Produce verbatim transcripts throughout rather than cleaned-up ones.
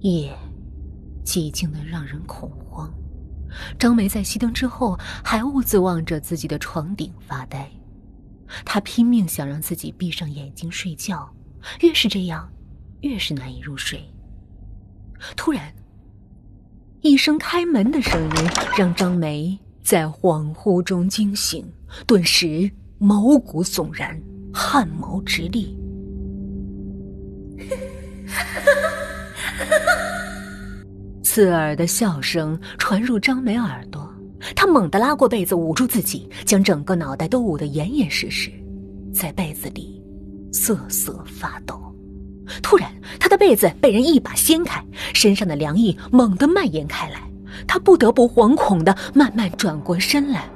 夜寂静得让人恐慌。张梅在熄灯之后还兀自望着自己的床顶发呆，她拼命想让自己闭上眼睛睡觉，越是这样越是难以入睡。突然一声开门的声音让张梅在恍惚中惊醒，顿时毛骨悚然，汗毛直立。刺耳的笑声传入张梅耳朵，她猛地拉过被子捂住自己，将整个脑袋都捂得严严实实，在被子里瑟瑟发抖。突然她的被子被人一把掀开，身上的凉意猛地蔓延开来，她不得不惶恐地慢慢转过身来。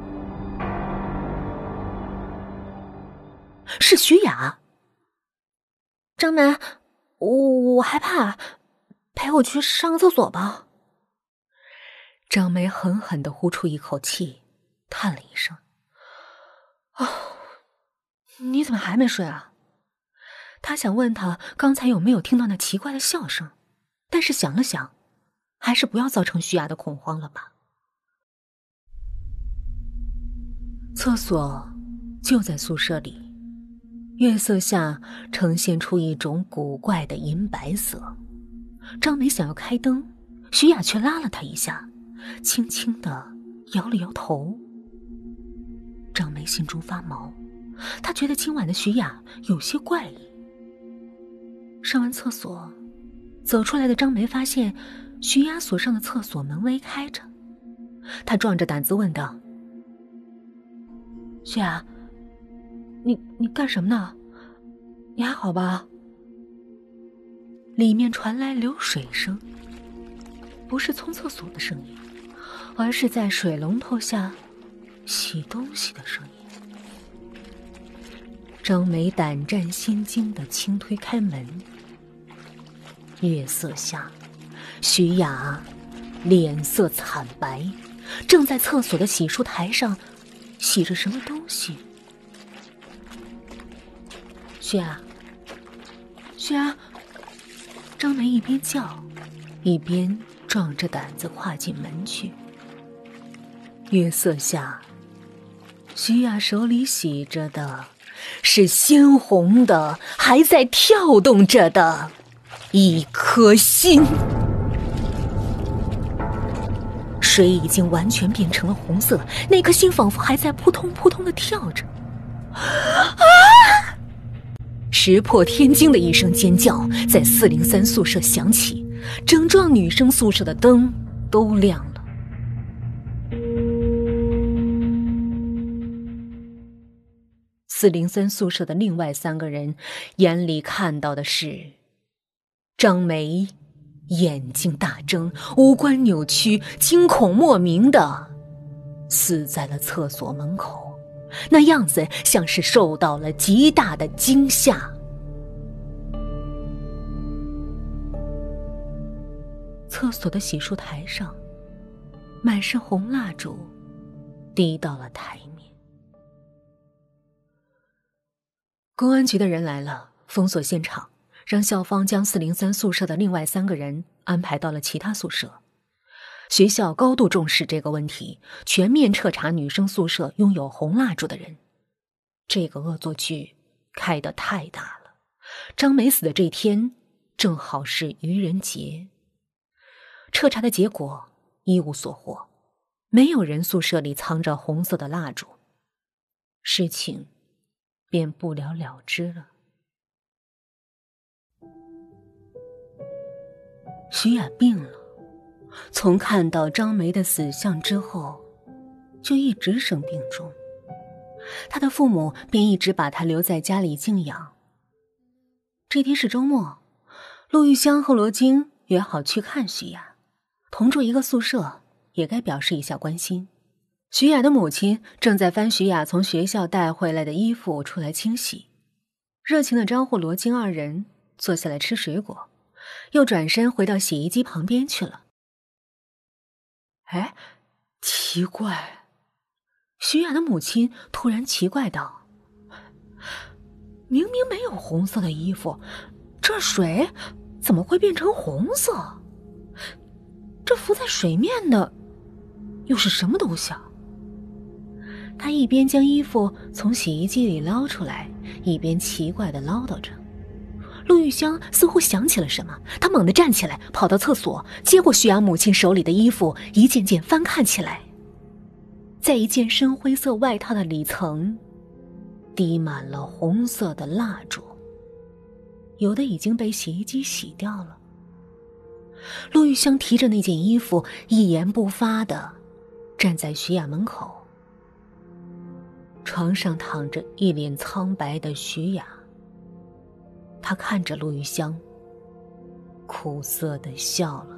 是徐雅。张梅，我我害怕，陪我去上个厕所吧。张梅狠狠地呼出一口气，叹了一声：哦，你怎么还没睡啊？她想问他刚才有没有听到那奇怪的笑声，但是想了想，还是不要造成徐雅的恐慌了吧。厕所就在宿舍里，月色下呈现出一种古怪的银白色。张梅想要开灯，徐雅却拉了她一下，轻轻地摇了摇头。张梅心中发毛，她觉得今晚的徐雅有些怪异。上完厕所走出来的张梅发现徐雅所上的厕所门微开着，她壮着胆子问道：徐雅，你你干什么呢？你还好吧？里面传来流水声，不是冲厕所的声音，而是在水龙头下洗东西的声音。张梅胆战心惊地轻推开门，月色下，徐雅脸色惨白，正在厕所的洗漱台上洗着什么东西。徐雅，徐雅！张梅一边叫，一边壮着胆子跨进门去。月色下，徐雅手里洗着的是鲜红的，还在跳动着的一颗心。水已经完全变成了红色，那颗心仿佛还在扑通扑通地跳着。啊！石破天惊的一声尖叫在四零三宿舍响起，整幢女生宿舍的灯都亮了。四零三宿舍的另外三个人眼里看到的是张梅眼睛大睁，五官扭曲，惊恐莫名的死在了厕所门口，那样子像是受到了极大的惊吓。厕所的洗漱台上，满是红蜡烛滴到了台面。公安局的人来了，封锁现场，让校方将四零三宿舍的另外三个人安排到了其他宿舍。学校高度重视这个问题，全面彻查女生宿舍拥有红蜡烛的人。这个恶作剧开得太大了。张梅死的这天正好是愚人节。彻查的结果一无所获，没有人宿舍里藏着红色的蜡烛，事情便不了了之了。徐雅病了，从看到张梅的死相之后，就一直生病中。她的父母便一直把她留在家里静养。这天是周末，陆玉香和罗京约好去看徐雅，同住一个宿舍，也该表示一下关心。徐雅的母亲正在翻徐雅从学校带回来的衣服出来清洗，热情地招呼罗京二人坐下来吃水果，又转身回到洗衣机旁边去了。哎，奇怪，徐雅的母亲突然奇怪道：明明没有红色的衣服，这水怎么会变成红色？ 这浮在水面的又是什么东西啊？他一边将衣服从洗衣机里捞出来，一边奇怪地唠叨着。陆玉香似乎想起了什么，她猛地站起来，跑到厕所，接过徐雅母亲手里的衣服，一件件翻看起来。在一件深灰色外套的里层，滴满了红色的蜡烛，有的已经被洗衣机洗掉了。陆玉香提着那件衣服，一言不发地站在徐雅门口。床上躺着一脸苍白的徐雅，他看着陆玉香，苦涩地笑了。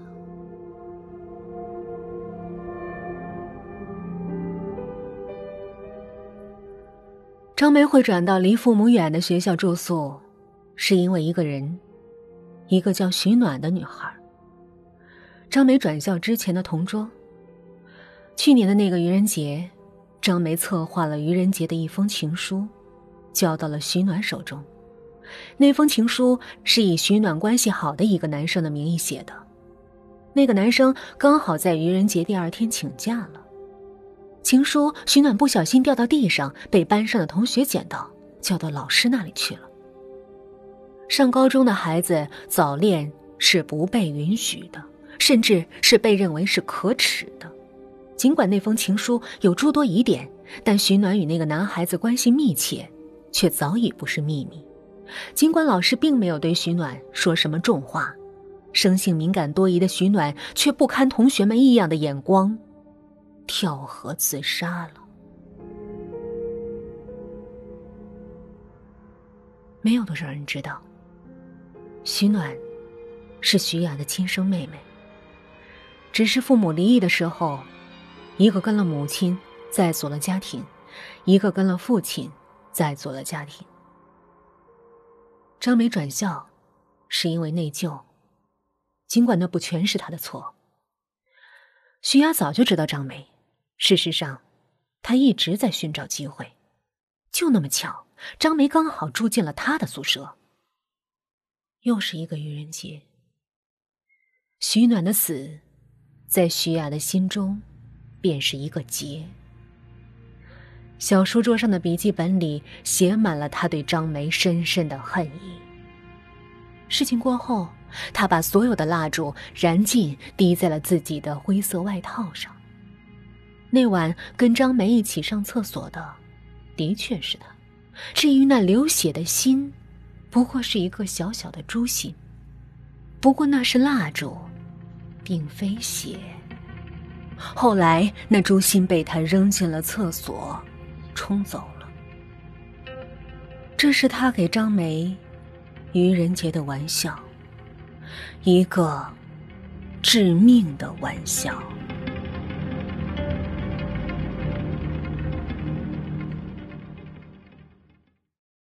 张梅会转到离父母远的学校住宿，是因为一个人，一个叫徐暖的女孩。张梅转校之前的同桌，去年的那个愚人节，张梅策划了愚人节的一封情书，交到了徐暖手中。那封情书是以徐暖关系好的一个男生的名义写的，那个男生刚好在愚人节第二天请假了。情书徐暖不小心掉到地上，被班上的同学捡到，交到老师那里去了。上高中的孩子早恋是不被允许的，甚至是被认为是可耻的。尽管那封情书有诸多疑点，但徐暖与那个男孩子关系密切，却早已不是秘密。尽管老师并没有对徐暖说什么重话，生性敏感多疑的徐暖却不堪同学们异样的眼光，跳河自杀了。没有多少人知道，徐暖是徐雅的亲生妹妹，只是父母离异的时候，一个跟了母亲再组了家庭，一个跟了父亲再组了家庭。张梅转校是因为内疚，尽管那不全是她的错。徐雅早就知道张梅，事实上她一直在寻找机会，就那么巧，张梅刚好住进了她的宿舍。又是一个愚人节，徐暖的死在徐雅的心中便是一个劫。小书桌上的笔记本里写满了他对张梅深深的恨意。事情过后，他把所有的蜡烛燃尽，滴在了自己的灰色外套上。那晚跟张梅一起上厕所的的确是他，至于那流血的心，不过是一个小小的猪心。不过那是蜡烛，并非血。后来那猪心被他扔进了厕所，冲走了。这是他给张梅愚人节的玩笑，一个致命的玩笑。